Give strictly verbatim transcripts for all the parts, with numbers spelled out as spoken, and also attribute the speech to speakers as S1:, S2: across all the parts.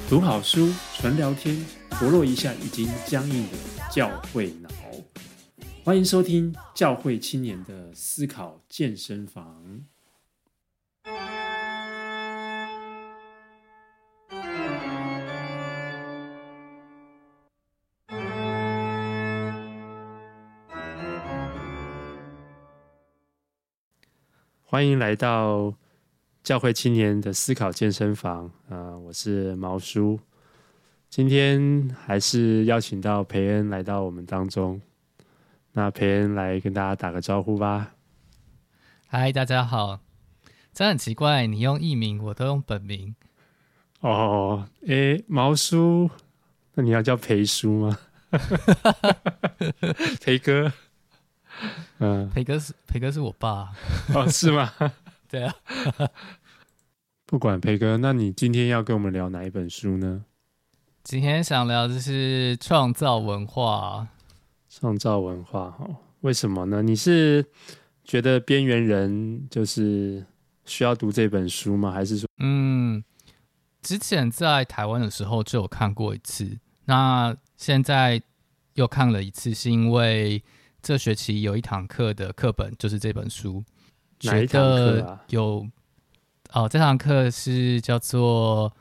S1: 读好书，纯聊天，活络一下已经僵硬的教会脑。欢迎收听教会青年的思考健身房。欢迎来到教会青年的思考健身房，呃、我是毛叔。今天还是邀请到培恩来到我们当中，那培恩来跟大家打个招呼吧。
S2: 嗨，大家好。这很奇怪，你用艺名，我都用本名。
S1: 哦，诶，毛叔，那你要叫培叔吗？培哥，嗯，
S2: 培哥是培哥是我爸。
S1: 哦，是吗？
S2: 对啊。
S1: 不管培哥，那你今天要跟我们聊哪一本书呢？
S2: 今天想聊的是创造文化。
S1: 创造文化，哦，为什么呢？你是觉得边缘人就是需要读这本书吗？还是说，
S2: 嗯，之前在台湾的时候就有看过一次，那现在又看了一次，是因为这学期有一堂课的课本就是这本书。
S1: 哪一堂课啊？
S2: 有哦，这堂课是叫做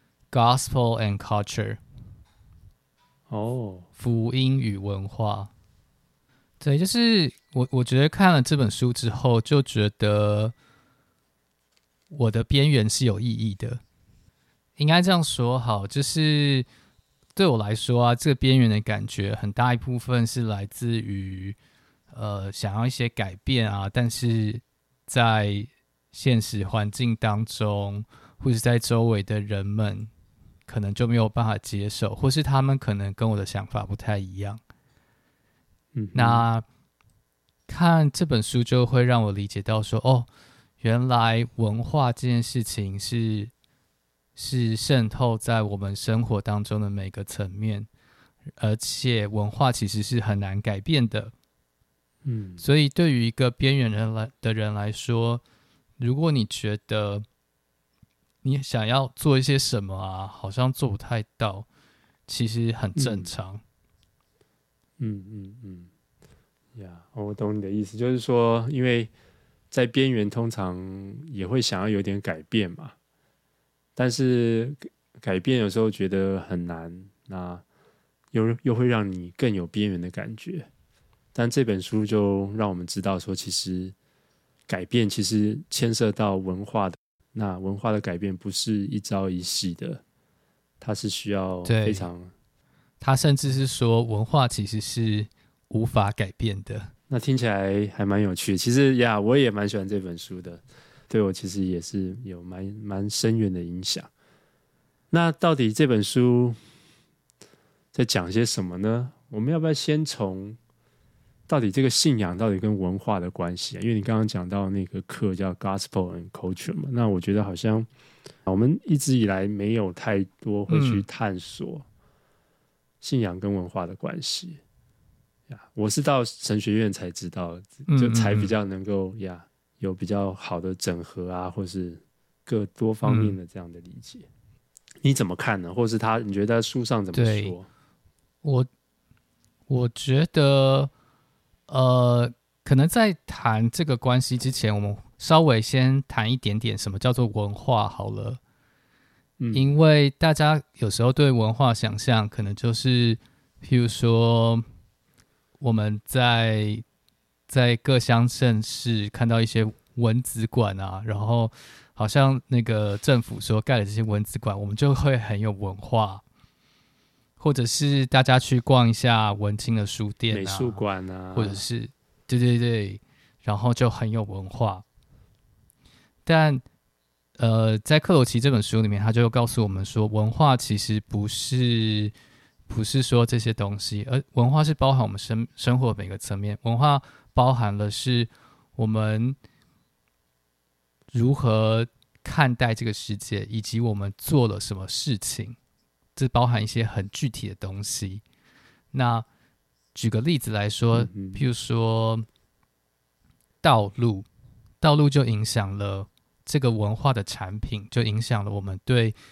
S2: Gospel and Culture。
S1: 哦，
S2: 福音与文化。对，就是我我觉得看了这本书之后，就觉得我的边缘是有意义的。应该这样说好，就是对我来说啊，这个边缘的感觉很大一部分是来自于呃想要一些改变啊，但是在现实环境当中，或是在周围的人们可能就没有办法接受，或是他们可能跟我的想法不太一样。
S1: 嗯，
S2: 那看这本书就会让我理解到说，哦，原来文化这件事情是是渗透在我们生活当中的每个层面，而且文化其实是很难改变的。
S1: 嗯，
S2: 所以对于一个边缘人来的人来说，如果你觉得你想要做一些什么啊，好像做不太到，其实很正常。
S1: 嗯嗯嗯，呀、嗯，我懂你的意思，就是说，因为在边缘通常也会想要有点改变嘛，但是改变有时候觉得很难，那又又会让你更有边缘的感觉。但这本书就让我们知道说，其实改变其实牵涉到文化的。那文化的改变不是一朝一夕的，它是需要非常，
S2: 他甚至是说文化其实是无法改变的。
S1: 那听起来还蛮有趣的。其实呀，我也蛮喜欢这本书的，对我其实也是有蛮蛮深远的影响。那到底这本书在讲些什么呢？我们要不要先从到底这个信仰到底跟文化的关系啊？因为你刚刚讲到那个课叫 Gospel and Culture 嘛，那我觉得好像我们一直以来没有太多会去探索信仰跟文化的关系。嗯、我是到神学院才知道，就才比较能够呀有比较好的整合啊，或是各多方面的这样的理解。嗯、你怎么看呢？或是他你觉得书上怎么说？
S2: 我我觉得。呃，可能在谈这个关系之前，我们稍微先谈一点点什么叫做文化好了。嗯，因为大家有时候对文化想象，可能就是譬如说我们在在各乡镇市看到一些文资馆啊，然后好像那个政府说盖了这些文资馆，我们就会很有文化。或者是大家去逛一下文青的书店啊、
S1: 美术馆啊，
S2: 或者是对对对，然后就很有文化。但呃，在克罗齐这本书里面，他就告诉我们说，文化其实不是不是说这些东西，而文化是包含我们生生活每个层面。文化包含了是我们如何看待这个世界，以及我们做了什么事情。这包含一些很具体的东西。那举个例子来说，嗯、譬如说道路，道路就影响了这个文化的产品，就影响了我们对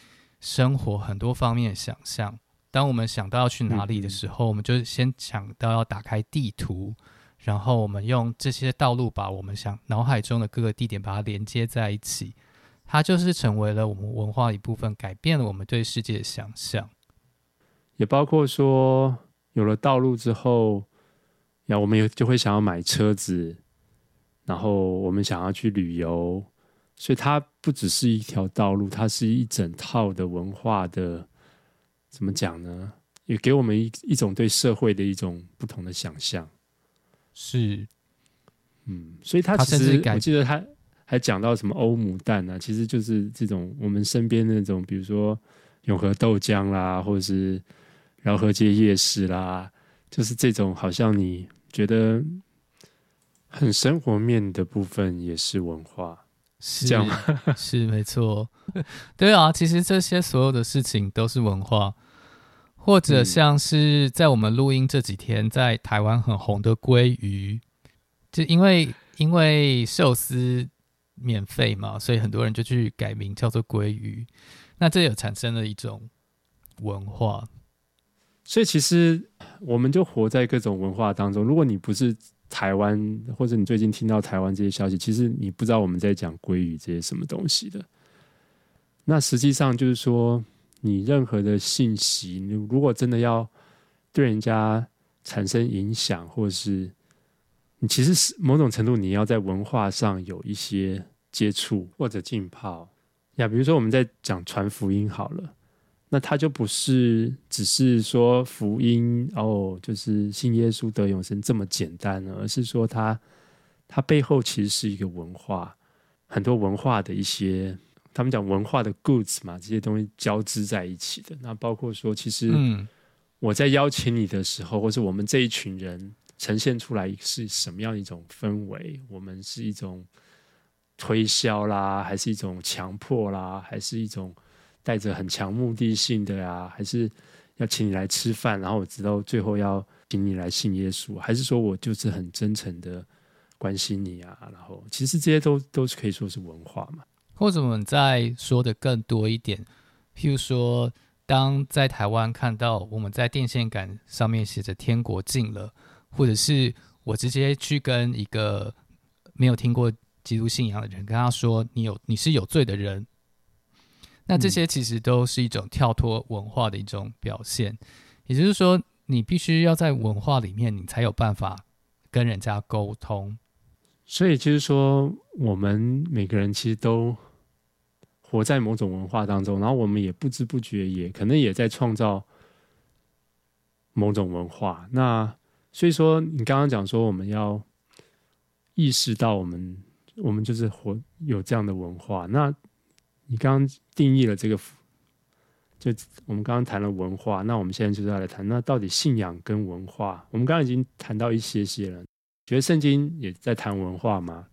S2: 生活很多方面的想象。当我们想到要去哪里的时候，嗯、我们就先想到要打开地图，然后我们用这些道路把我们想脑海中的各个地点把它连接在一起，它就是成为了我们文化的一部分，改变了我们对世界的想象。
S1: 也包括说，有了道路之后，呀，我们也就会想要买车子，然后我们想要去旅游，所以它不只是一条道路，它是一整套的文化的，怎么讲呢？也给我们 一, 一种对社会的一种不同的想象。
S2: 是，
S1: 嗯，所以他其实我记得他还讲到什么欧姆蛋啊，其实就是这种我们身边那种，比如说永和豆浆啦，或者是饶河街夜市啦，就是这种好像你觉得很生活面的部分也是文化，
S2: 是
S1: 这样吗？
S2: 是没错，对啊，其实这些所有的事情都是文化。或者像是在我们录音这几天，在台湾很红的鲑鱼，就因为因为寿司免费嘛，所以很多人就去改名叫做鲑鱼。那这也产生了一种文化。
S1: 所以其实我们就活在各种文化当中。如果你不是台湾，或者你最近听到台湾这些消息，其实你不知道我们在讲鲑鱼这些什么东西的。那实际上就是说，你任何的信息，你如果真的要对人家产生影响，或是你其实某种程度你要在文化上有一些接触或者浸泡呀。比如说我们在讲传福音好了，那它就不是只是说福音哦，就是信耶稣得永生这么简单了，而是说它它背后其实是一个文化，很多文化的一些。他们讲文化的 goods 嘛，这些东西交织在一起的。那包括说，其实我在邀请你的时候，或是我们这一群人呈现出来是什么样一种氛围？我们是一种推销啦，还是一种强迫啦，还是一种带着很强目的性的呀？还是要请你来吃饭，然后我知道最后要请你来信耶稣，还是说我就是很真诚的关心你啊？然后其实这些都都是可以说是文化嘛。
S2: 或者我们再说的更多一点，譬如说当在台湾看到我们在电线杆上面写着天国近了，或者是我直接去跟一个没有听过基督信仰的人跟他说你有你是有罪的人，那这些其实都是一种跳脱文化的一种表现。也就是说你必须要在文化里面你才有办法跟人家沟通。
S1: 所以就是说我们每个人其实都活在某种文化当中，然后我们也不知不觉也可能也在创造某种文化。那所以说你刚刚讲说我们要意识到我们我们就是活有这样的文化，那你刚刚定义了这个，就我们刚刚谈了文化，那我们现在就是要来谈，那到底信仰跟文化，我们刚刚已经谈到一些些了，觉得圣经也在谈文化吗？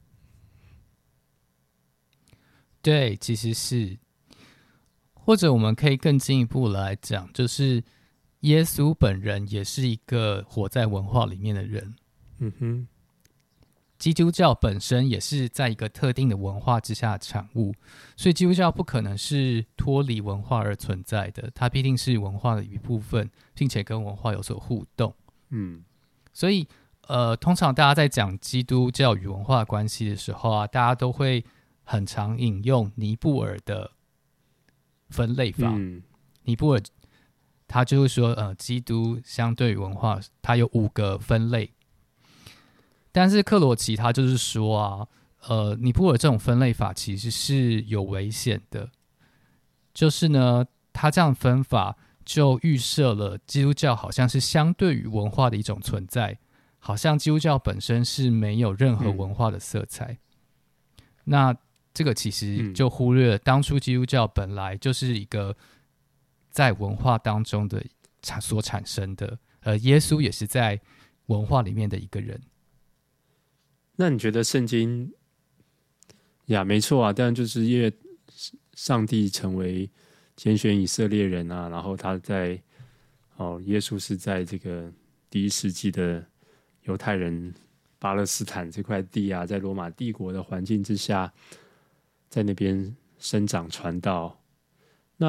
S2: 对，其实是，或者我们可以更进一步来讲，就是耶稣本人也是一个活在文化里面的人。
S1: 嗯哼，
S2: 基督教本身也是在一个特定的文化之下的产物，所以基督教不可能是脱离文化而存在的，它必定是文化的一部分，并且跟文化有所互动。
S1: 嗯，
S2: 所以呃，通常大家在讲基督教与文化的关系的时候啊，大家都会很常引用尼布尔的分类法。嗯、尼布尔他就会说，呃，基督相对于文化，它有五个分类。但是克罗齐他就是说啊，呃，尼布尔这种分类法其实是有危险的。就是呢，他这样分法就预设了基督教好像是相对于文化的一种存在，好像基督教本身是没有任何文化的色彩。嗯、那这个其实就忽略了当初基督教本来就是一个在文化当中的所产生的，而耶稣也是在文化里面的一个人。
S1: 那你觉得圣经呀，没错啊，但就是因为上帝成为拣选以色列人啊，然后他在哦，耶稣是在这个第一世纪的犹太人巴勒斯坦这块地啊，在罗马帝国的环境之下，在那边生长传道。那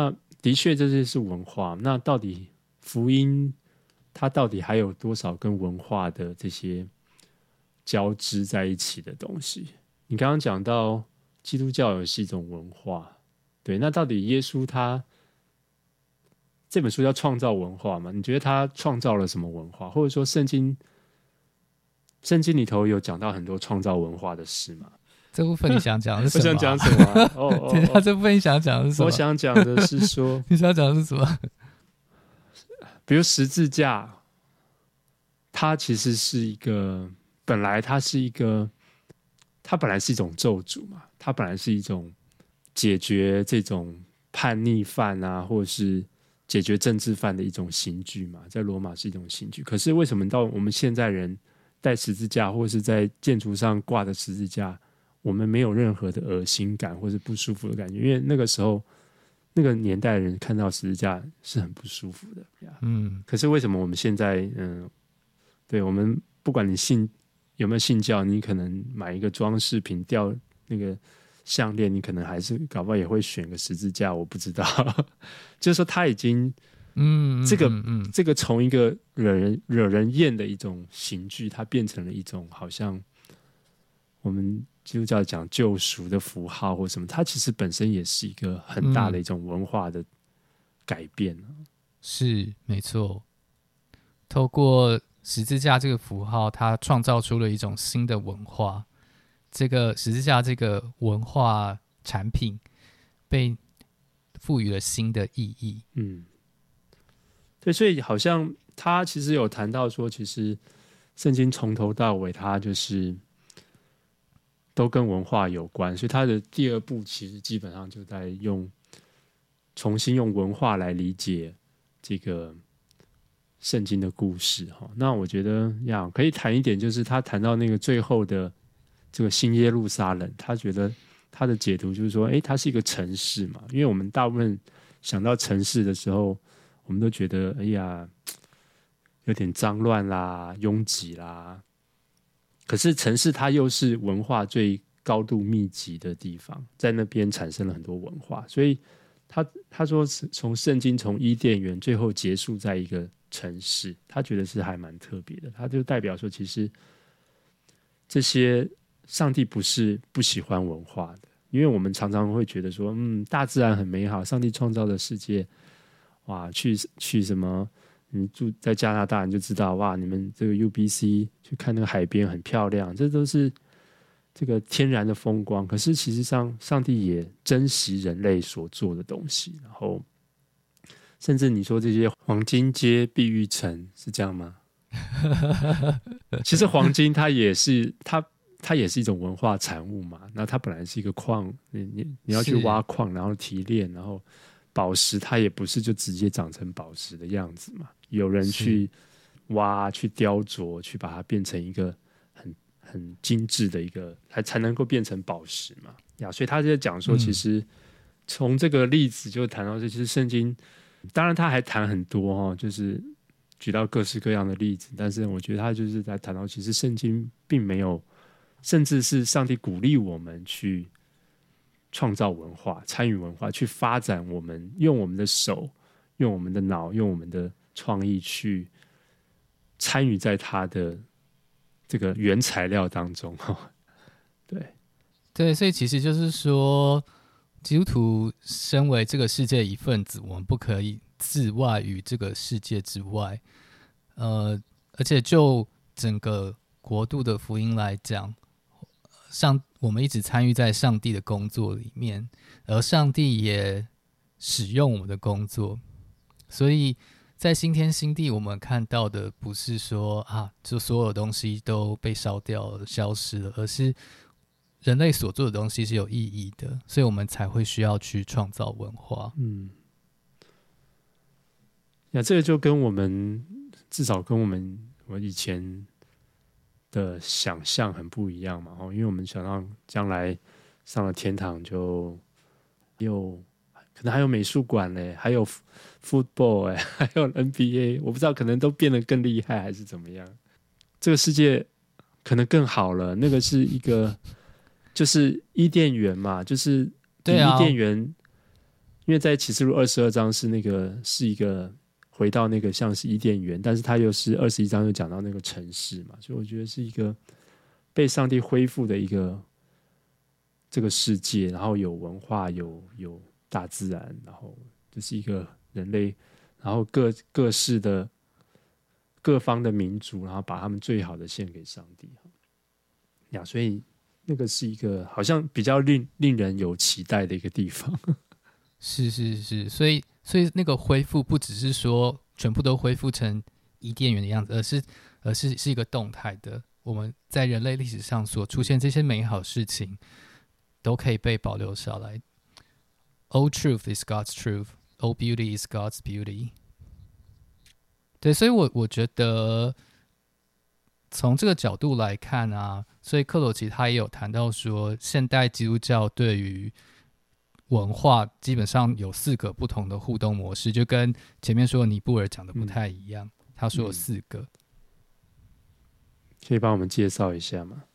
S1: 的确这些是文化，那到底福音它到底还有多少跟文化的这些交织在一起的东西？你刚刚讲到基督教也是一种文化，对，那到底耶稣他这本书叫创造文化嘛？你觉得他创造了什么文化？或者说圣经圣经里头有讲到很多创造文化的事吗？
S2: 这部分你想讲的是什么、啊？
S1: 我想讲什么、啊？哦哦
S2: 等一下，这部分你想讲的是什么？
S1: 我想讲的是说，
S2: 你想讲的是什么？
S1: 比如十字架，它其实是一个，本来它是一个，它本来是一种咒诅嘛，它本来是一种解决这种叛逆犯啊，或者是解决政治犯的一种刑具嘛，在罗马是一种刑具。可是为什么到我们现在人带十字架，或者是在建筑上挂的十字架，我们没有任何的恶心感或是不舒服的感觉？因为那个时候那个年代的人看到十字架是很不舒服的。嗯，可是为什么我们现在，嗯，对，我们不管你信有没有信教，你可能买一个装饰品吊那个项链，你可能还是搞不好也会选个十字架，我不知道。就是说他已经，嗯，这个嗯嗯这个从一个惹人惹人厌的一种刑具，它变成了一种好像我们基督教讲救赎的符号或什么，它其实本身也是一个很大的一种文化的改变。嗯、
S2: 是没错，透过十字架这个符号，它创造出了一种新的文化。这个十字架这个文化产品被赋予了新的意义。
S1: 嗯，对，所以好像他其实有谈到说，其实圣经从头到尾，它就是都跟文化有关，所以他的第二部其实基本上就在用重新用文化来理解这个圣经的故事。那我觉得呀，可以谈一点，就是他谈到那个最后的这个新耶路撒冷，他觉得他的解读就是说，诶，它是一个城市嘛，因为我们大部分想到城市的时候，我们都觉得，哎呀，有点脏乱啦、拥挤啦。可是城市它又是文化最高度密集的地方，在那边产生了很多文化，所以他他说从圣经从伊甸园最后结束在一个城市，他觉得是还蛮特别的。他就代表说，其实这些上帝不是不喜欢文化的，因为我们常常会觉得说，嗯，大自然很美好，上帝创造的世界，哇，去去什么？你住在加拿大，你就知道哇，你们这个 U B C 去看那个海边很漂亮，这都是这个天然的风光。可是其实上，上帝也珍惜人类所做的东西。然后，甚至你说这些黄金街、碧玉城是这样吗？其实黄金它也是它它也是一种文化产物嘛。那它本来是一个矿，你你你要去挖矿，然后提炼，然后宝石它也不是就直接长成宝石的样子嘛。有人去挖、去雕琢、去把它变成一个很很精致的一个，才才能够变成宝石嘛。呀，所以他就在讲说，其实从这个例子就谈到这，其实圣经，当然他还谈很多哦，就是举到各式各样的例子，但是我觉得他就是在谈到，其实圣经并没有，甚至是上帝鼓励我们去创造文化、参与文化，去发展我们，用我们的手、用我们的脑、用我们的创意去参与在它的这个原材料当中。对
S2: 对，所以其实就是说，基督徒身为这个世界一份子，我们不可以自外于这个世界之外。呃，而且就整个国度的福音来讲，上我们一直参与在上帝的工作里面，而上帝也使用我们的工作，所以在新天新地，我们看到的不是说啊，就所有东西都被烧掉了、消失了，而是人类所做的东西是有意义的，所以我们才会需要去创造文化。
S1: 嗯，那这个就跟我们至少跟我们我以前的想象很不一样嘛，因为我们想到将来上了天堂就有可能还有美术馆嘞，还有 football 哎，还有 N B A， 我不知道可能都变得更厉害还是怎么样。这个世界可能更好了，那个是一个就是伊甸园嘛，就是比伊甸园因为在启示录二十二章是那个是一个回到那个像是伊甸园，但是它又是二十一章又讲到那个城市嘛，所以我觉得是一个被上帝恢复的一个这个世界，然后有文化，有有大自然，然后这是一个人类，然后各各式的各方的民族，然后把他们最好的献给上帝呀，所以那个是一个好像比较令令人有期待的一个地方。
S2: 是是是，所以所以那个恢复不只是说全部都恢复成伊甸园的样子，而是而是是一个动态的。我们在人类历史上所出现这些美好事情，都可以被保留下来。All truth is God's truth, all beauty is God's beauty。对，所以我我觉得从这个角度来看啊，所以克罗齐他也有谈到说，现代基督教对于文化基本上有四个不同的互动模式，就跟前面说的尼布尔讲的不太一样。嗯、他说有四个、嗯，
S1: 可以帮我们介绍一下吗？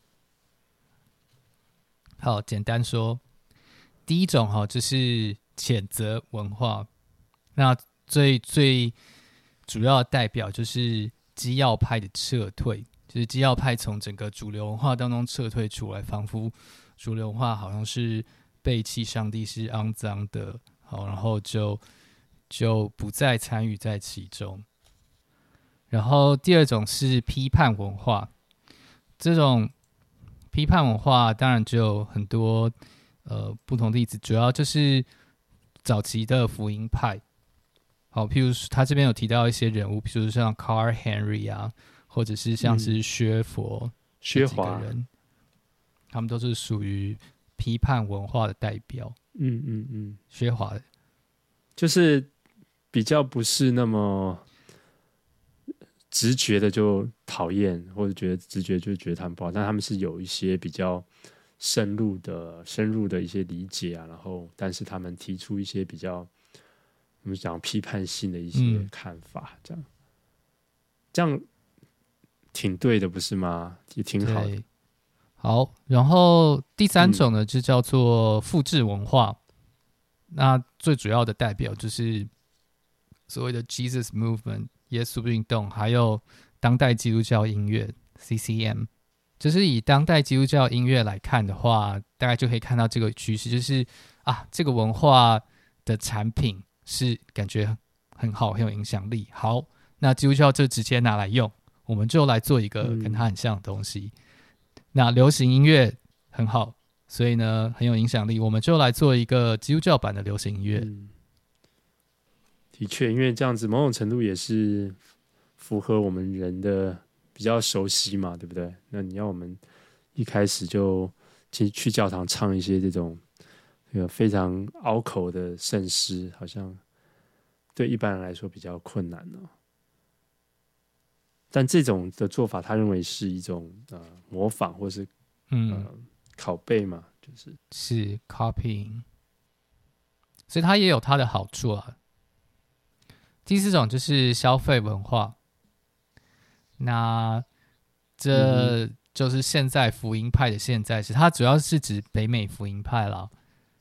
S2: 好，简单说，第一种哈就是谴责文化，那最最主要的代表就是基要派的撤退，就是基要派从整个主流文化当中撤退出来，仿佛主流文化好像是背弃上帝，是肮脏的，好，然后就就不再参与在其中。然后第二种是批判文化，这种批判文化当然就有很多呃不同的例子，主要就是早期的福音派。好，譬如他这边有提到一些人物，譬如像 Carl Henry 啊，或者是像是薛佛、
S1: 薛华
S2: 人，他们都是属于批判文化的代表。
S1: 嗯嗯嗯，
S2: 薛华
S1: 就是比较不是那么直觉的就讨厌，或者觉得直觉就觉得他们不好，但他们是有一些比较深入的、深入的一些理解啊，然后但是他们提出一些比较我们讲批判性的一些看法，嗯、这样这样挺对的，不是吗？也挺好的。
S2: 好，然后第三种呢，嗯、就叫做复制文化。那最主要的代表就是所谓的 Jesus Movement 耶稣运动，还有当代基督教音乐 C C M。就是以当代基督教音乐来看的话，大概就可以看到这个趋势，就是啊，这个文化的产品是感觉很好，很有影响力。好，那基督教就直接拿来用，我们就来做一个跟它很像的东西。嗯、那流行音乐很好，所以呢很有影响力，我们就来做一个基督教版的流行音乐。
S1: 嗯、的确，因为这样子某种程度也是符合我们人的比较熟悉嘛，对不对？那你要我们一开始就去去教堂唱一些这种这个非常拗口的圣诗，好像对一般人来说比较困难哦。但这种的做法，他认为是一种呃模仿或是
S2: 嗯、
S1: 呃、拷贝嘛，就是
S2: 是 copying， 所以它也有它的好处啊。第四种就是消费文化，那这就是现在福音派的现在式，它主要是指北美福音派啦。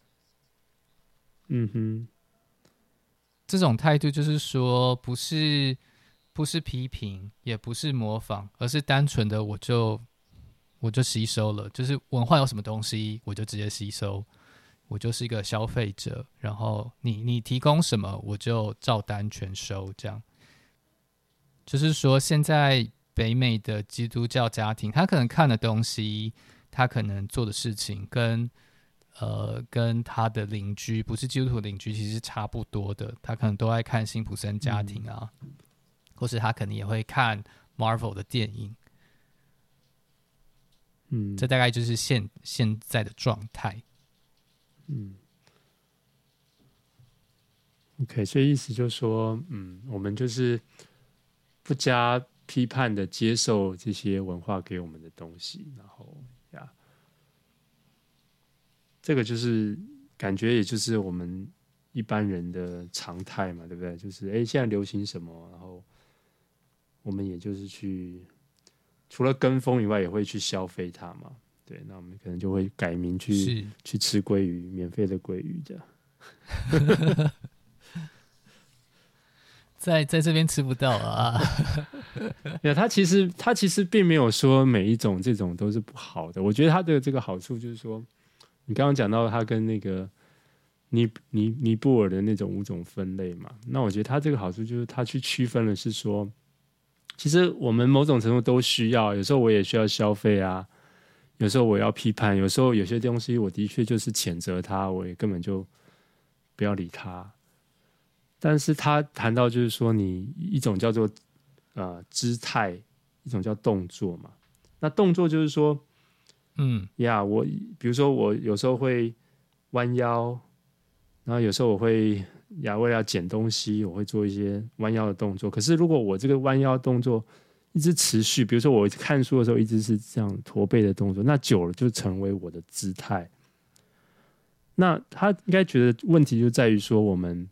S1: 嗯哼，
S2: 这种态度就是说，不是不是批评，也不是模仿，而是单纯的我就我就吸收了，就是文化有什么东西，我就直接吸收。我就是一个消费者，然后你你提供什么，我就照单全收，这样。就是说，现在北美的基督教家庭，他可能看的东西，他可能做的事情跟，跟呃跟他的邻居，不是基督徒邻居，其实差不多的。他可能都爱看辛普森家庭啊，嗯、或是他可能也会看 Marvel 的电影。嗯，这大概就是现现在的状态。
S1: 嗯 ，OK， 所以意思就是说，嗯，我们就是不加批判的接受这些文化给我们的东西，然后呀，这个就是感觉也就是我们一般人的常态嘛，对不对？就是哎，现在流行什么，然后我们也就是去除了跟风以外，也会去消费它嘛。对，那我们可能就会改名去去吃鲑鱼，免费的鲑鱼这样。
S2: 在在这边吃不到啊。
S1: 对，他其实他其实并没有说每一种这种都是不好的。我觉得他的这个好处就是说，你刚刚讲到他跟那个尼尼尼泊尔的那种五种分类嘛，那我觉得他这个好处就是他去区分了是说，其实我们某种程度都需要，有时候我也需要消费啊，有时候我要批判，有时候有些东西我的确就是谴责他，我也根本就不要理他。但是他谈到就是说，你一种叫做呃姿态，一种叫动作嘛。那动作就是说，
S2: 嗯
S1: 呀，我比如说我有时候会弯腰，然后有时候我会呀为了要捡东西，我会做一些弯腰的动作。可是如果我这个弯腰动作一直持续，比如说我看书的时候一直是这样驼背的动作，那久了就成为我的姿态。那他应该觉得问题就在于说，我们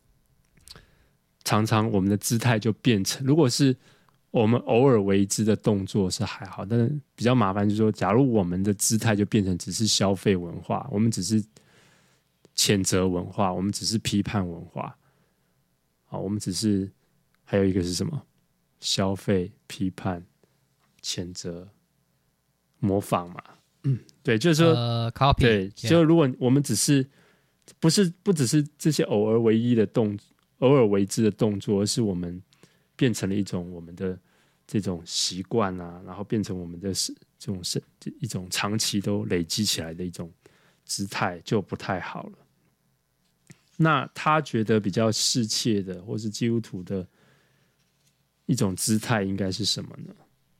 S1: 常常我们的姿态就变成，如果是我们偶尔为之的动作是还好，但是比较麻烦就是说，假如我们的姿态就变成只是消费文化，我们只是谴责文化，我们只是批判文化，好，我们只是还有一个是什么？消费、批判、谴责、模仿嘛。嗯，对，就是说，
S2: 呃，copy，
S1: 对，就如果我们只是不是不只是这些偶尔为一的动作。偶尔为之的动作，而是我们变成了一种我们的这种习惯啊，然后变成我们的这种是一种长期都累积起来的一种姿态，就不太好了。那他觉得比较适切的，或是基督徒的一种姿态，应该是什么呢？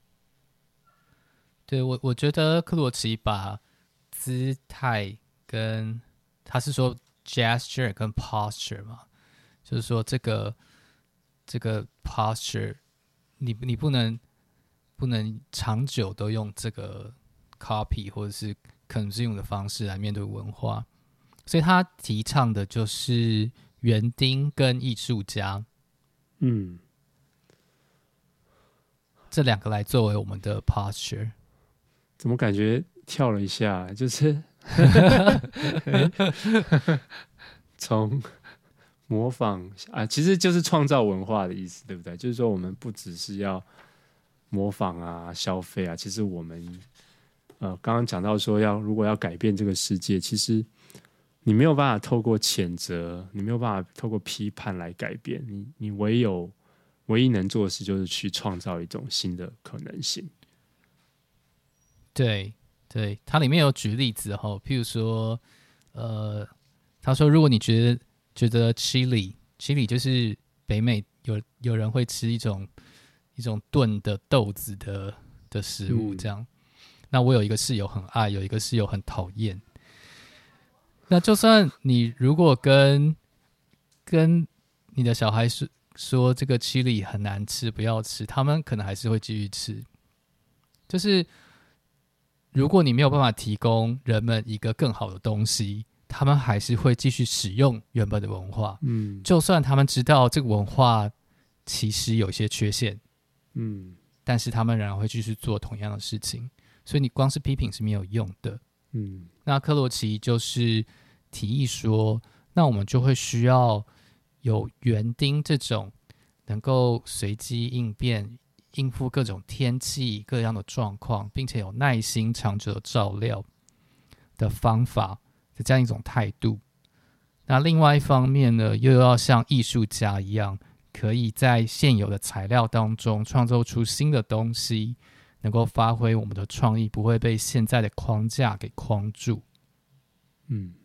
S2: 对我，我觉得克罗齐把姿态跟他是说 gesture 跟 posture 嘛。就是说，这个这个 posture， 你你不能不能长久都用这个 copy 或者是 consume 的方式来面对文化，所以他提倡的就是园丁跟艺术家，
S1: 嗯，
S2: 这两个来作为我们的 posture。
S1: 怎么感觉跳了一下？就是从模仿啊，其实就是创造文化的意思，对不对？就是说，我们不只是要模仿啊、消费啊，其实我们呃刚刚讲到说要，如果要改变这个世界，其实你没有办法透过谴责，你没有办法透过批判来改变，你你唯有唯一能做的事就是去创造一种新的可能性。
S2: 对对，它里面有举例子哈，譬如说，呃，他说，如果你觉得觉得 chili chili 就是北美有有人会吃一种一种炖的豆子的的食物这样，嗯、那我有一个室友很爱，有一个室友很讨厌。那就算你如果跟跟你的小孩说说这个 chili 很难吃，不要吃，他们可能还是会继续吃。就是如果你没有办法提供人们一个更好的东西，他们还是会继续使用原本的文化，嗯，就算他们知道这个文化其实有一些缺陷，嗯，但是他们仍然会继续做同样的事情，所以你光是批评是没有用的，嗯。那克罗齐就是提议说，那我们就会需要有园丁这种能够随机应变、应付各种天气、各样的状况，并且有耐心、长久的照料的方法。的这样一种态度。那另外一方面呢，又要像艺术家一样，可以在现有的材料当中创造出新的东西，能够发挥我们的创意，不会被现在的框架给框住。
S1: 嗯，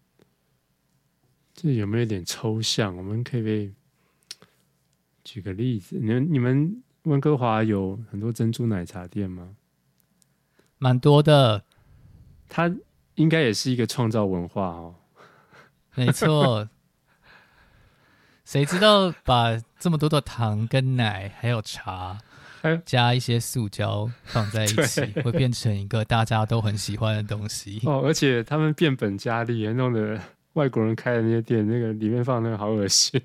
S1: 这有没有一点抽象？我们可以被举个例子。你们你们温哥华有很多珍珠奶茶店吗？
S2: 蛮多的。
S1: 它应该也是一个创造文化哦。
S2: 没错。谁知道把这么多的糖跟奶还有茶加一些塑胶放在一起，会变成一个大家都很喜欢的东西
S1: 哦。而且他们变本加厉，弄得外国人开的那些店，那个里面放的那个好恶心。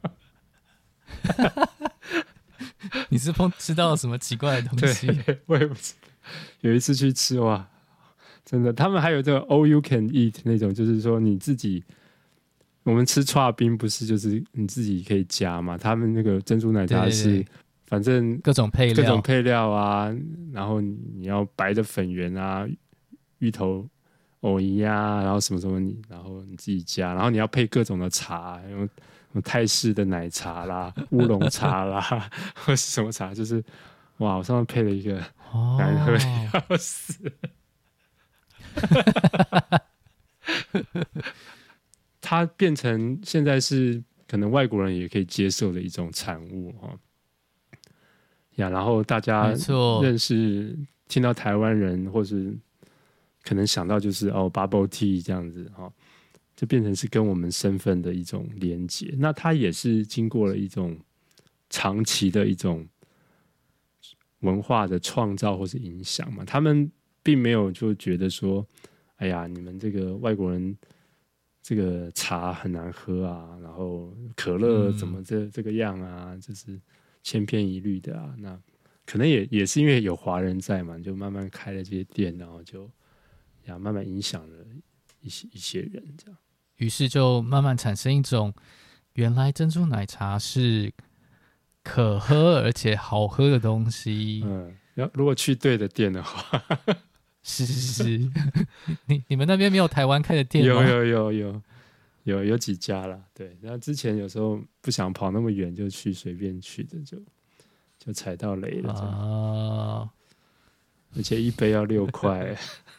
S2: 你是碰吃到了什么奇怪的东西？
S1: 对，我也不知道。有一次去吃，哇，真的，他们还有这个 all you can eat 那种，就是说你自己我们吃剉冰不是就是你自己可以加嘛？他们那个珍珠奶茶是，
S2: 对对对
S1: 反正
S2: 各种配料，
S1: 各种配料啊，然后你要白的粉圆啊，芋头藕泥啊，然后什么什么你，然后你自己加，然后你要配各种的茶，用泰式的奶茶啦、乌龙茶啦，或是什么茶，就是哇，我上次配了一个难喝的要死。它变成现在是可能外国人也可以接受的一种产物哈呀，然后大家认识听到台湾人，或是可能想到就是哦 bubble tea 这样子哈，就变成是跟我们身份的一种连结。那它也是经过了一种长期的一种文化的创造或是影响嘛，他们并没有就觉得说，哎呀，你们这个外国人。这个茶很难喝啊，然后可乐怎么这、嗯、这个样啊，就是千篇一律的啊。那可能也也是因为有华人在嘛，就慢慢开了这些店，然后就呀慢慢影响了一些一些人这样。
S2: 于是就慢慢产生一种，原来珍珠奶茶是可喝而且好喝的东西。
S1: 嗯，如果去对的店的话。
S2: 是是是，你你们那边没有台湾开的店吗？
S1: 有有有有有有几家啦，对。然后之前有时候不想跑那么远，就去随便去的，就就踩到雷了这样。啊！而且一杯要六块。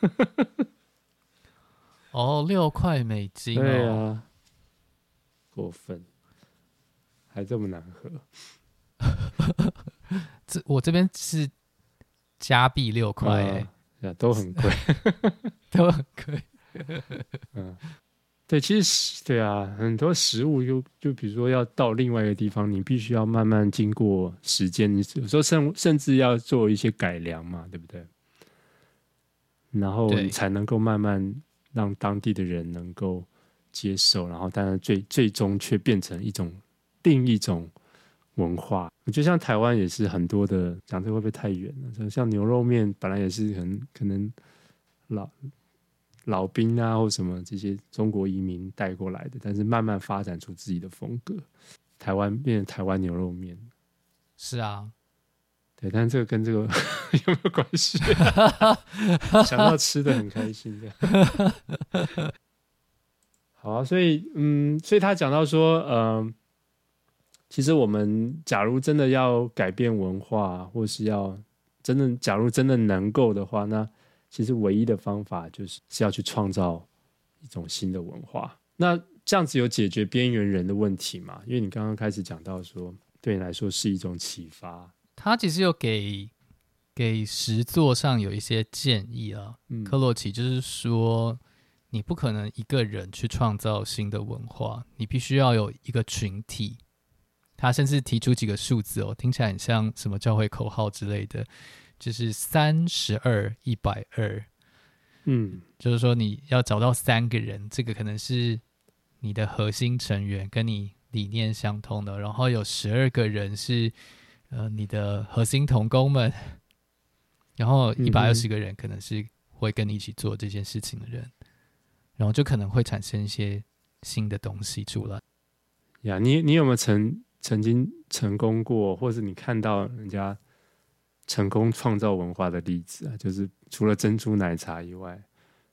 S2: 哦，六块美金、哦。
S1: 对啊，过分，还这么难喝。
S2: 这我这边是加币六块哎。
S1: 啊都很贵，
S2: 都很贵。
S1: 嗯，对，其实对啊，很多食物就就比如说要到另外一个地方，你必须要慢慢经过时间，你有时候甚甚至要做一些改良嘛，对不对？然后你才能够慢慢让当地的人能够接受，然后但是最最终却变成一种另一种文化。我觉得像台湾也是很多的，讲这会不会太远了？像牛肉面本来也是很可能老老兵啊或什么这些中国移民带过来的，但是慢慢发展出自己的风格。台湾变成台湾牛肉面，
S2: 是啊，
S1: 对，但是这个跟这个有没有关系？想到吃的很开心的。好啊，所以嗯，所以他讲到说，嗯、呃。其实我们假如真的要改变文化，或是要真的假如真的能够的话，那其实唯一的方法就是是要去创造一种新的文化。那这样子有解决边缘人的问题吗？因为你刚刚开始讲到说，对你来说是一种启发。
S2: 他其实有给给实作上有一些建议啊。嗯、克洛奇就是说，你不可能一个人去创造新的文化，你必须要有一个群体。他甚至提出几个数字哦，听起来很像什么教会口号之类的，就是三十二一百二，嗯，就是说你要找到三个人，这个可能是你的核心成员，跟你理念相通的，然后有十二个人是呃你的核心同工们，然后一百二十个人可能是会跟你一起做这件事情的人，然后就可能会产生一些新的东西出来。
S1: 呀，你你有没有曾曾经成功过，或是你看到人家成功创造文化的例子啊？就是除了珍珠奶茶以外，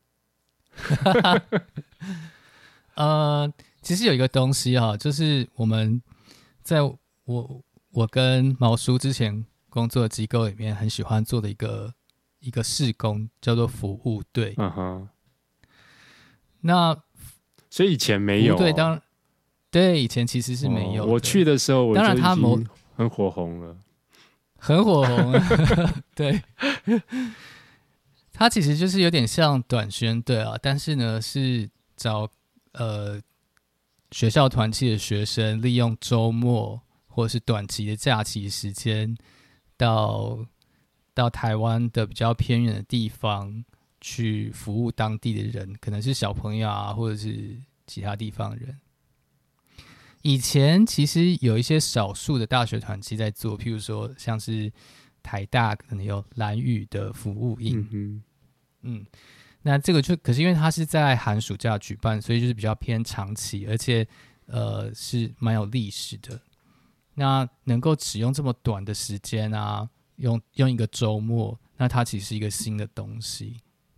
S2: 呃，其实有一个东西哈，就是我们在我我跟毛叔之前工作的机构里面很喜欢做的一个一个事工，叫做服务队。嗯哼，那
S1: 所以以前没有、哦，
S2: 对，当然。对，以前其实是没有、哦。
S1: 我去的时候，我就已经很火红了，
S2: 很火红了。对，它其实就是有点像短宣队啊，但是呢是找呃学校团契的学生，利用周末或是短期的假期时间，到到台湾的比较偏远的地方去服务当地的人，可能是小朋友啊，或者是其他地方的人。以前其实有一些少数的大学团契在做，譬如说像是台大可能有兰屿的服务营，嗯, 嗯， 那这个就可是因为它是在寒暑假举办，所以就是比较偏长期，而且呃是蛮有历史的。那能够使用这么短的时间啊，用用一个周末，那它其实是一个新的东西。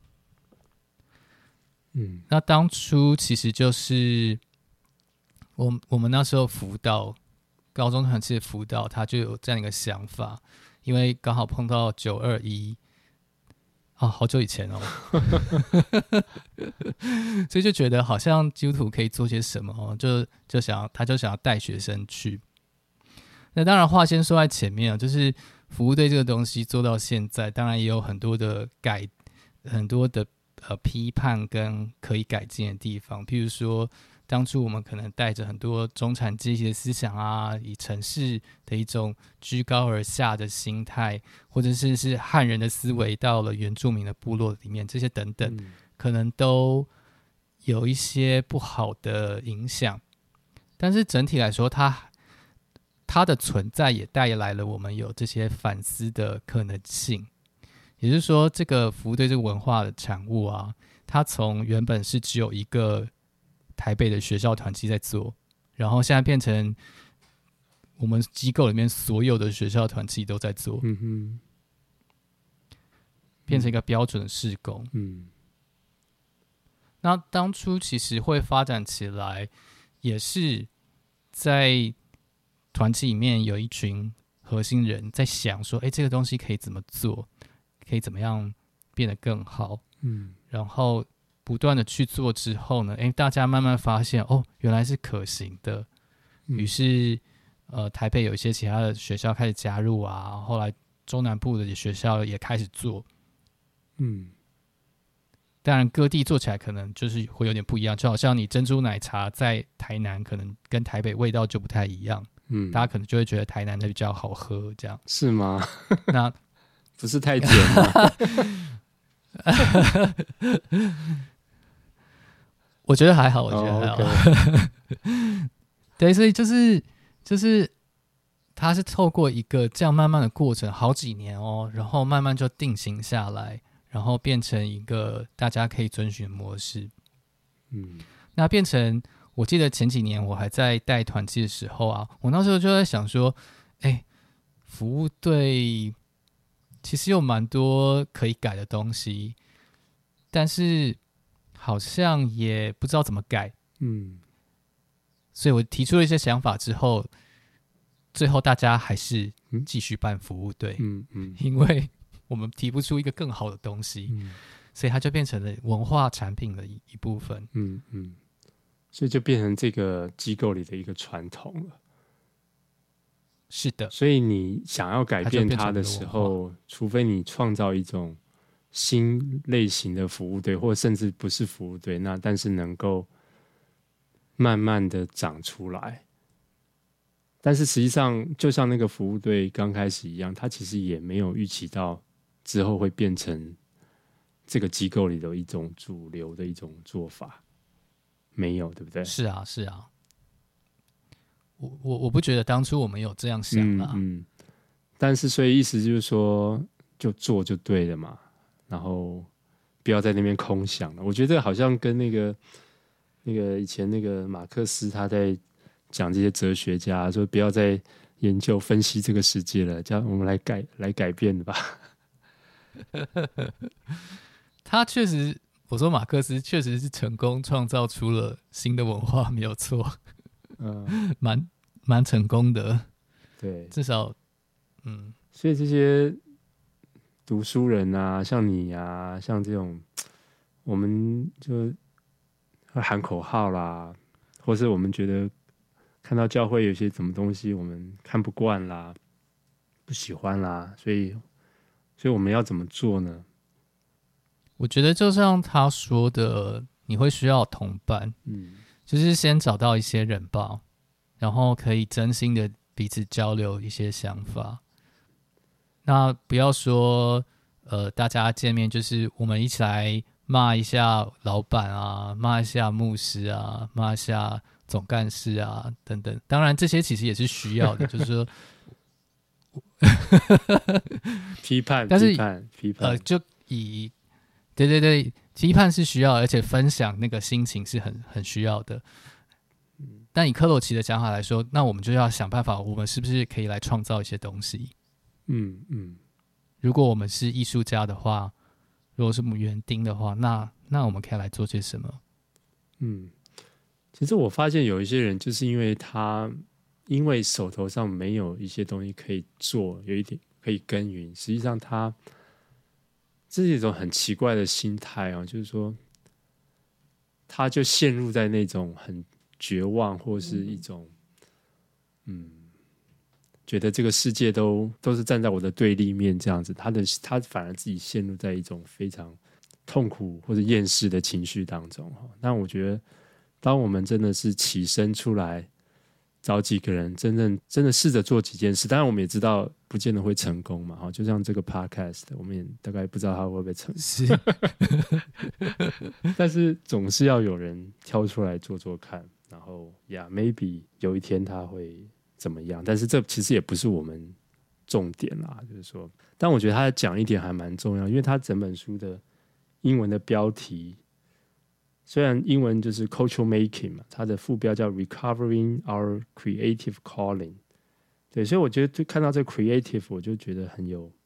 S1: 嗯，
S2: 那当初其实就是我我们那时候辅导高中团契的辅导，他就有这样一个想法，因为刚好碰到九二一。啊，好久以前哦，所以就觉得好像基督徒可以做些什么哦，就就想他就想要带学生去。那当然话先说在前面啊，就是服务队这个东西做到现在，当然也有很多的改，很多的呃批判跟可以改进的地方，譬如说。当初我们可能带着很多中产阶级的思想啊，以城市的一种居高而下的心态，或者是是汉人的思维到了原住民的部落里面，这些等等，嗯、可能都有一些不好的影响。但是整体来说，它它的存在也带来了我们有这些反思的可能性。也就是说，这个服务队这个文化的产物啊，它从原本是只有一个。台北的学校团契在做，然后现在变成我们机构里面所有的学校团契都在做，
S1: 嗯哼，
S2: 变成一个标准的事工。
S1: 嗯，
S2: 那当初其实会发展起来，也是在团契里面有一群核心人在想说，哎，这个东西可以怎么做，可以怎么样变得更好，
S1: 嗯，
S2: 然后。不断的去做之后呢，诶，大家慢慢发现哦，原来是可行的。
S1: 嗯、
S2: 于是，呃，台北有一些其他的学校开始加入啊，后来中南部的学校也开始做。
S1: 嗯，
S2: 当然各地做起来可能就是会有点不一样，就好像你珍珠奶茶在台南可能跟台北味道就不太一样。
S1: 嗯，
S2: 大家可能就会觉得台南的比较好喝，这样
S1: 是吗？
S2: 那
S1: 不是太甜吗？
S2: 我觉得还好，我觉得还好。Oh, okay. 对，所以就是就是它是透过一个这样慢慢的过程，好几年哦，然后慢慢就定型下来，然后变成一个大家可以遵循的模式。
S1: 嗯，
S2: 那变成我记得前几年我还在带团契的时候啊，我那时候就在想说，哎，服务队其实有蛮多可以改的东西，但是。好像也不知道怎么改，
S1: 嗯，
S2: 所以我提出了一些想法之后，最后大家还是继续办服务队，
S1: 嗯嗯，
S2: 因为我们提不出一个更好的东西，
S1: 嗯，
S2: 所以它就变成了文化产品的一一部分，
S1: 嗯嗯，所以就变成这个机构里的一个传统了。
S2: 是的，
S1: 所以你想要改变它的时候，除非你创造一种。新类型的服务队，或甚至不是服务队，那但是能够慢慢的长出来。但是实际上，就像那个服务队刚开始一样，它其实也没有预期到之后会变成这个机构里的一种主流的一种做法，没有，对不对？
S2: 是啊，是啊。我我我不觉得当初我们有这样想啊。
S1: 嗯, 嗯，但是所以意思就是说，就做就对了嘛。然后不要在那边空想了。我觉得好像跟那个那个以前那个马克思他在讲这些哲学家说，不要再研究分析这个世界了，叫我们来改来改变的吧。
S2: 他确实，我说马克思确实是成功创造出了新的文化，没有错。嗯，蛮蛮成功的。
S1: 对，
S2: 至少，嗯，
S1: 所以这些。读书人啊，像你啊，像这种，我们就会喊口号啦，或是我们觉得看到教会有些什么东西我们看不惯啦、不喜欢啦，所以，所以我们要怎么做呢？
S2: 我觉得就像他说的，你会需要同伴，嗯，就是先找到一些人吧，然后可以真心的彼此交流一些想法。那不要说，呃，大家见面就是我们一起来骂一下老板啊，骂一下牧师啊，骂一下总干事啊，等等。当然，这些其实也是需要的，就是说
S1: 批判，
S2: 但是
S1: 批判，批判，
S2: 呃，就以对对对， 批判是需要，而且分享那个心情是很很需要的。但以克罗齐的讲法来说，那我们就要想办法，我们是不是可以来创造一些东西？
S1: 嗯嗯。
S2: 如果我们是艺术家的话，如果是园丁的话，那那我们可以来做些什么？
S1: 嗯，其实我发现有一些人，就是因为他因为手头上没有一些东西可以做，有一点可以耕耘，实际上他这是一种很奇怪的心态啊，就是说他就陷入在那种很绝望，或是一种嗯，觉得这个世界都都是站在我的对立面这样子，他的他反而自己陷入在一种非常痛苦或者厌世的情绪当中。但我觉得，当我们真的是起身出来，找几个人真正真的试着做几件事，当然我们也知道不见得会成功嘛，就像这个 podcast 我们也大概不知道它会不会成功，但是总是要有人挑出来做做看，然后呀、yeah, maybe 有一天他会怎么样，但是这其实也不是我们重点啦，就是说，但我觉得他讲一点还蛮重要，因为他整本书的英文的标题，虽然英文就是 cultural making 嘛，它的副标叫 recovering our creative calling。 对，所以我觉得就看到这个 creative 我就觉得很有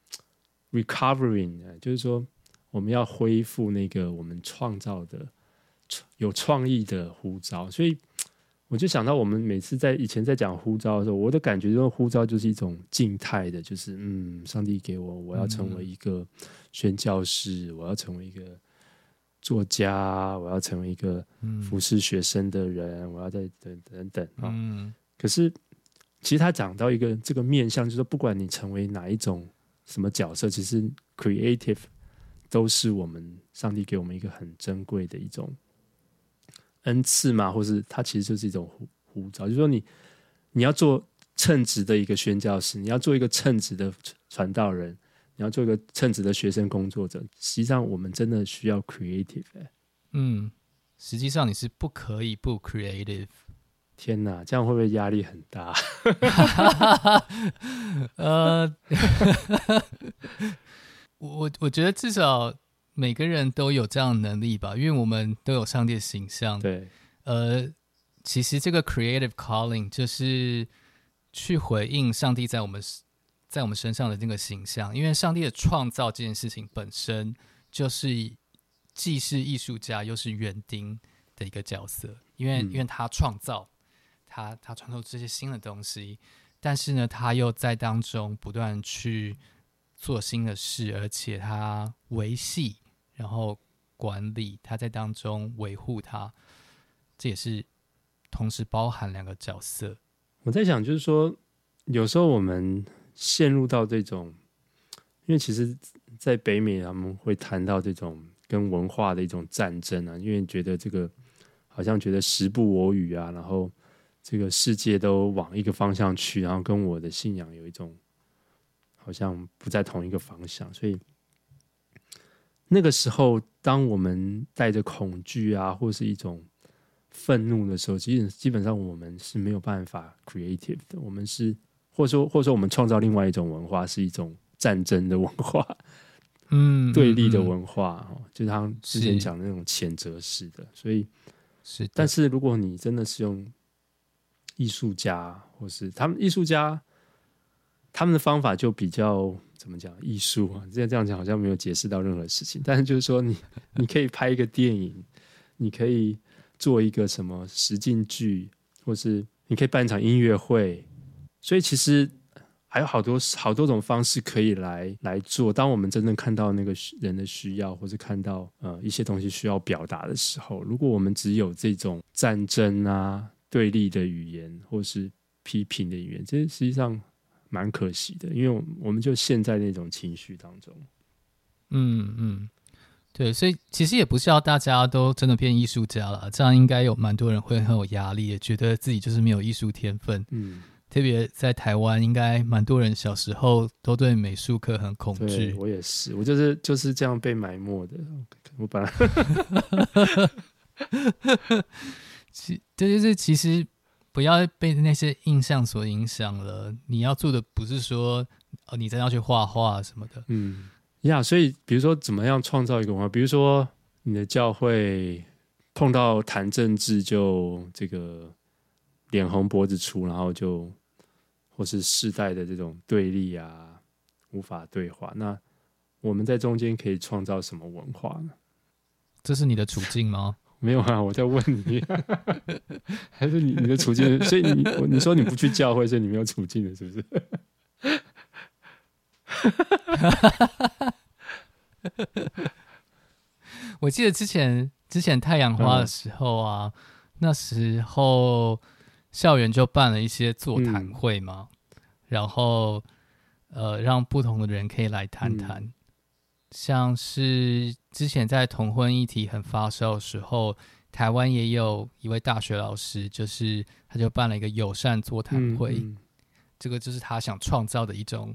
S1: recovering， 就是说我们要恢复那个我们创造的有创意的呼召。所以我就想到我们每次在以前在讲呼召的时候，我的感觉就是呼召就是一种静态的，就是嗯，上帝给我我要成为一个宣教士，我要成为一个作家，我要成为一个服侍学生的人，嗯、我要再等等等啊、嗯。可是其实他讲到一个这个面向，就是说不管你成为哪一种什么角色，其实 creative 都是我们上帝给我们一个很珍贵的一种恩赐嘛，或是它其实就是一种呼召，就是说你你要做称职的一个宣教士，你要做一个称职的传道人，你要做一个称职的学生工作者，实际上我们真的需要 creative、欸、
S2: 嗯，实际上你是不可以不 creative。
S1: 天哪，这样会不会压力很大？
S2: 呃我我觉得至少每个人都有这样的能力吧，因为我们都有上帝的形象。
S1: 对，
S2: 呃，其实这个 creative calling 就是去回应上帝在我们在我们身上的那个形象，因为上帝的创造这件事情本身就是既是艺术家又是园丁的一个角色，因为、嗯、因为他创造他他创造这些新的东西，但是呢他又在当中不断去做新的事，而且他维系然后管理，他在当中维护他，这也是同时包含两个角色。
S1: 我在想就是说有时候我们陷入到这种，因为其实在北美他们会谈到这种跟文化的一种战争啊，因为觉得这个好像觉得时不我与啊，然后这个世界都往一个方向去，然后跟我的信仰有一种好像不在同一个方向，所以那个时候当我们带着恐惧啊或是一种愤怒的时候，基本基本上我们是没有办法 creative 的，我们是或者说或者说我们创造另外一种文化，是一种战争的文化，嗯，对立的文化，嗯嗯、就是他之前讲的那种谴责式的，所以
S2: 是，
S1: 但是如果你真的是用艺术家，或是他们艺术家，他们的方法就比较怎么讲艺术啊？这样这样讲好像没有解释到任何事情，但是就是说你你可以拍一个电影，你可以做一个什么实境剧，或是你可以办一场音乐会，所以其实还有好多好多种方式可以来来做。当我们真正看到那个人的需要，或是看到呃一些东西需要表达的时候，如果我们只有这种战争啊、对立的语言，或是批评的语言，这实际上蛮可惜的，因为我们就陷在那种情绪当中。
S2: 嗯嗯，对，所以其实也不是要大家都真的变艺术家了，这样应该有蛮多人会很有压力，也觉得自己就是没有艺术天分。嗯，特别在台湾，应该蛮多人小时候都对美术课很恐惧。
S1: 对，我也是，我就是就是这样被埋没的。我本来
S2: 其对，就是其实不要被那些印象所影响了。你要做的不是说哦，你真的要去画画什么的。
S1: 嗯，呀、yeah, 所以比如说怎么样创造一个文化，比如说你的教会碰到谈政治就这个脸红脖子粗，然后就或是世代的这种对立啊，无法对话，那我们在中间可以创造什么文化呢？
S2: 这是你的处境吗？
S1: 没有啊，我在问你，还是你你的处境？所以你你说你不去教会，所以你没有处境了，是不是？
S2: 我记得之前之前太阳花的时候啊，嗯、那时候校园就办了一些座谈会嘛，嗯、然后呃让不同的人可以来谈谈。嗯像是之前在同婚议题很发烧的时候，台湾也有一位大学老师，就是他就办了一个友善座谈会，嗯嗯、这个就是他想创造的一种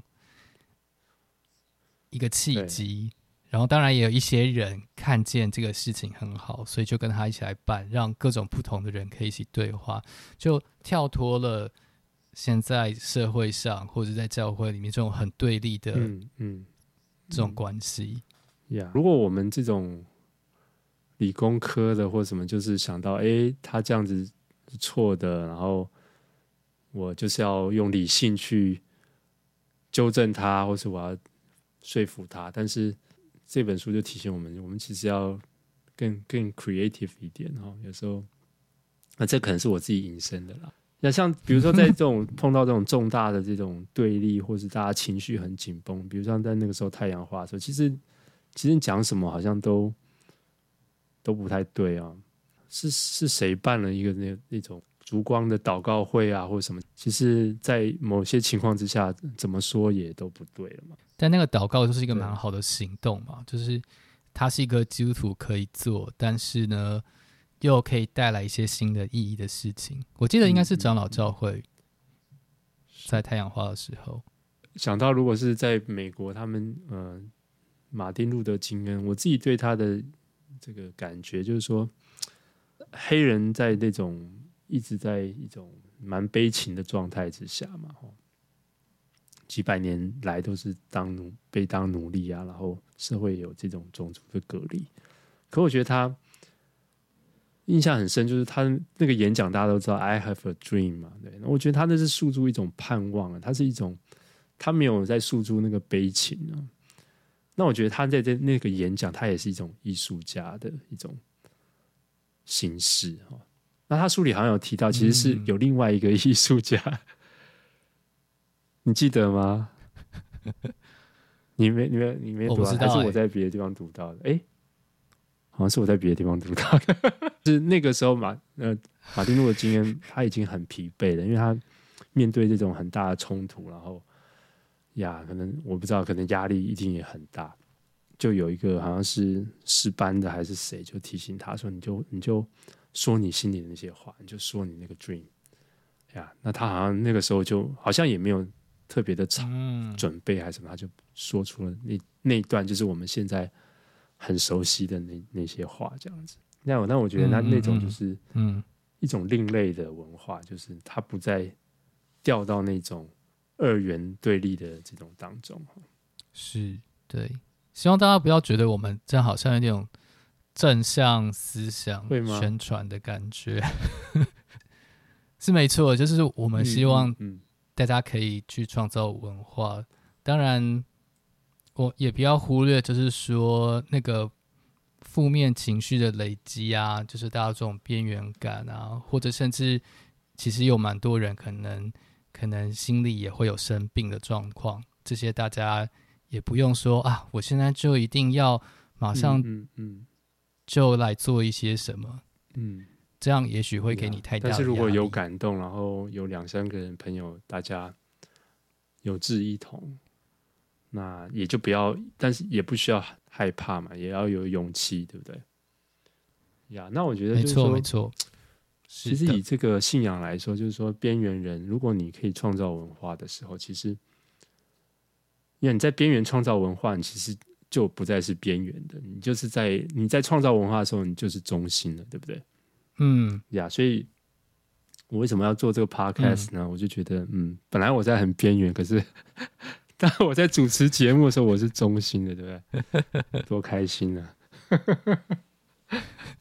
S2: 一个契机。然后当然也有一些人看见这个事情很好，所以就跟他一起来办，让各种不同的人可以一起对话，就跳脱了现在社会上或者在教会里面这种很对立的，嗯嗯。这种关系、
S1: yeah, 如果我们这种理工科的或什么，就是想到哎，他这样子是错的，然后我就是要用理性去纠正他，或是我要说服他。但是这本书就提醒我们，我们其实要更更 creative 一点哈。有时候，那这可能是我自己引申的啦。那像比如说在这种碰到这种重大的这种对立，或是大家情绪很紧绷，比如像在那个时候太阳花的时候，其实其实你讲什么好像都都不太对啊。是是谁办了一个那那种烛光的祷告会啊，或者什么？其实，在某些情况之下，怎么说也都不对了嘛。
S2: 但那个祷告就是一个蛮好的行动嘛，就是它是一个基督徒可以做，但是呢。又可以带来一些新的意义的事情。我记得应该是长老教会在太阳花的时候，
S1: 想到如果是在美国，他们呃马丁路德金恩，我自己对他的这个感觉就是说，黑人在那种一直在一种蛮悲情的状态之下嘛，几百年来都是当奴被当奴隶啊，然后社会有这种种族的隔离。可我觉得他印象很深，就是他那个演讲，大家都知道 "I have a dream" 嘛，对。我觉得他那是诉诸一种盼望啊，他是一种，他没有在诉诸那个悲情啊。那我觉得他在这那个演讲，他也是一种艺术家的一种形式哈。那他书里好像有提到，其实是有另外一个艺术家，嗯、你记得吗？你没你没你没读到，
S2: 欸、
S1: 还是我在别的地方读到的？哎、欸。好像是我在别的地方读到的，是那个时候马呃马丁路德金恩他已经很疲惫了，因为他面对这种很大的冲突，然后呀，可能我不知道，可能压力一定也很大。就有一个好像是诗班的还是谁，就提醒他说：“你就你就说你心里的那些话，你就说你那个 dream 呀。”那他好像那个时候就好像也没有特别的准备还是什么，他就说出了那那一段，就是我们现在很熟悉的 那, 那些话这样子。那我那我觉得那那种就是嗯一种另类的文化，就是它不再掉到那种二元对立的这种当中。
S2: 是，对，希望大家不要觉得我们这样好像有点正向思想宣传的感觉。是没错，就是我们希望大家可以去创造文化、嗯嗯、当然我也不要忽略，就是说那个负面情绪的累积啊，就是大家这种边缘感啊，或者甚至其实有蛮多人可能可能心里也会有生病的状况，这些大家也不用说啊，我现在就一定要马上就来做一些什么，嗯，这样也许会给你太大的压力。
S1: 但是如果有感动，然后有两三个人朋友，大家有志一同。那也就不要，但是也不需要害怕嘛，也要有勇气，对不对？呀，那我觉得就是说，
S2: 没错，没错。
S1: 其实以这个信仰来说，就是说边缘人，如果你可以创造文化的时候，其实，因为你在边缘创造文化，你其实就不再是边缘的，你就是在你在创造文化的时候，你就是中心了，对不对？嗯，呀，所以我为什么要做这个 podcast 呢？嗯、我就觉得，嗯，本来我在很边缘，可是。但我在主持节目的时候，我是中心的，对不对？多开心啊！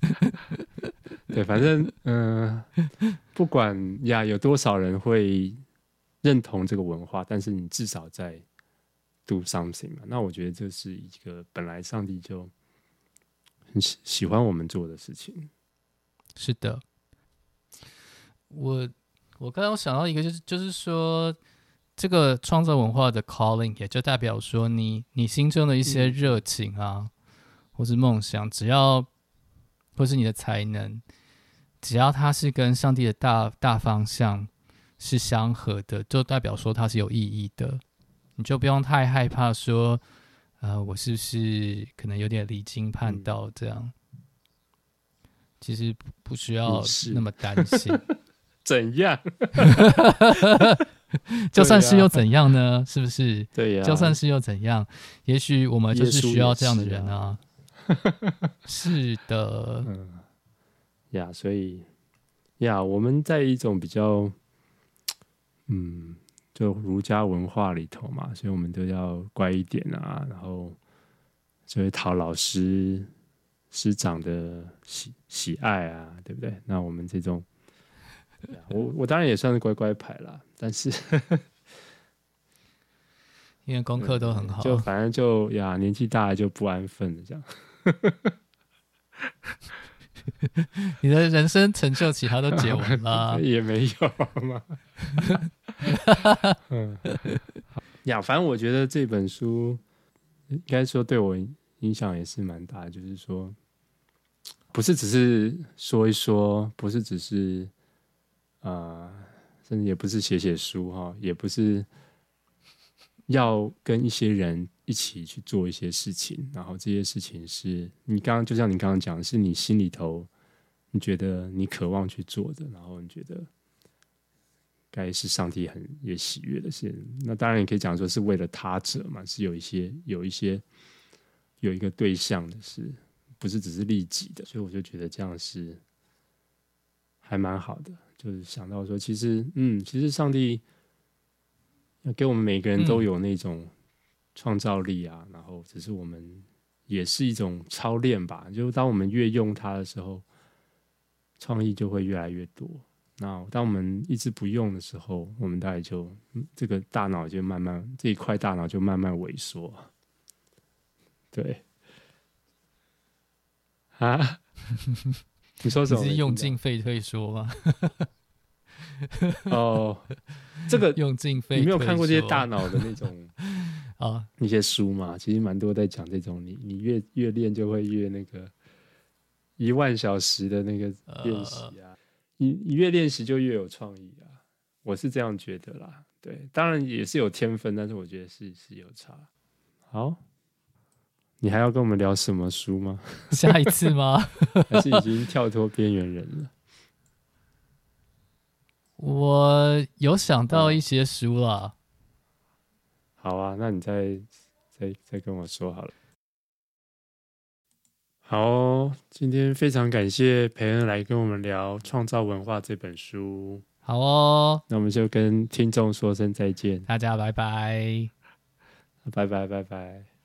S1: 对，反正嗯、呃，不管呀有多少人会认同这个文化，但是你至少在 do something 嘛。那我觉得这是一个本来上帝就很喜喜欢我们做的事情。
S2: 是的，我我刚刚想到一个，就是就是说，这个创造文化的 calling， 也就代表说你你心中的一些热情啊，嗯、或是梦想，只要或是你的才能，只要它是跟上帝的大大方向是相合的，就代表说它是有意义的。你就不用太害怕说，呃，我是不是可能有点离经叛道这样？嗯、其实不需要那么担心。
S1: 怎样？
S2: 就算是又怎样呢？是不是？
S1: 对呀、啊，
S2: 就算是又怎样？也许我们就是需要这样的人啊。是, 是的，
S1: 嗯，呀，所以呀，我们在一种比较，嗯，就儒家文化里头嘛，所以我们都要乖一点啊，然后就会讨老师师长的喜喜爱啊，对不对？那我们这种。我我当然也算是乖乖牌啦，但是
S2: 因为功课都很好，
S1: 就反正就呀，年纪大了就不安分了这样。
S2: 你的人生成就其他都解完了，
S1: 也没有嘛。嗯，呀，反正我觉得这本书应该说对我影响也是蛮大的，就是说，不是只是说一说，不是只是。呃，甚至也不是写写书哈，也不是要跟一些人一起去做一些事情，然后这些事情是你刚刚就像你刚刚讲的，是你心里头你觉得你渴望去做的，然后你觉得该是上帝很也喜悦的事。那当然也可以讲说是为了他者嘛，是有一些有一些有一个对象的事，不是只是利己的，所以我就觉得这样是还蛮好的。就是想到说，其实，嗯，其实上帝给我们每个人都有那种创造力啊，嗯、然后只是我们也是一种操练吧。就当我们越用它的时候，创意就会越来越多。那当我们一直不用的时候，我们大概就、嗯、这个大脑就慢慢这一块大脑就慢慢萎缩。对，啊。你说什么？
S2: 你是用进废退缩吗？
S1: 哦，这个
S2: 用进废退缩，
S1: 你没有看过这些大脑的那种
S2: 啊
S1: 一些书吗？其实蛮多在讲这种，你你越越练就会越那个一万小时的那个练习啊，呃、你你越练习就越有创意啊，我是这样觉得啦。对，当然也是有天分，但是我觉得是是有差。好。你还要跟我们聊什么书吗？
S2: 下一次吗？
S1: 还是已经跳脱边缘人了？
S2: 我有想到一些书啦。
S1: 好啊，那你再再再跟我说好了。好哦，今天非常感谢培恩来跟我们聊《创造文化》这本书。
S2: 好哦，
S1: 那我们就跟听众说声再见，
S2: 大家拜拜，
S1: 拜拜拜拜。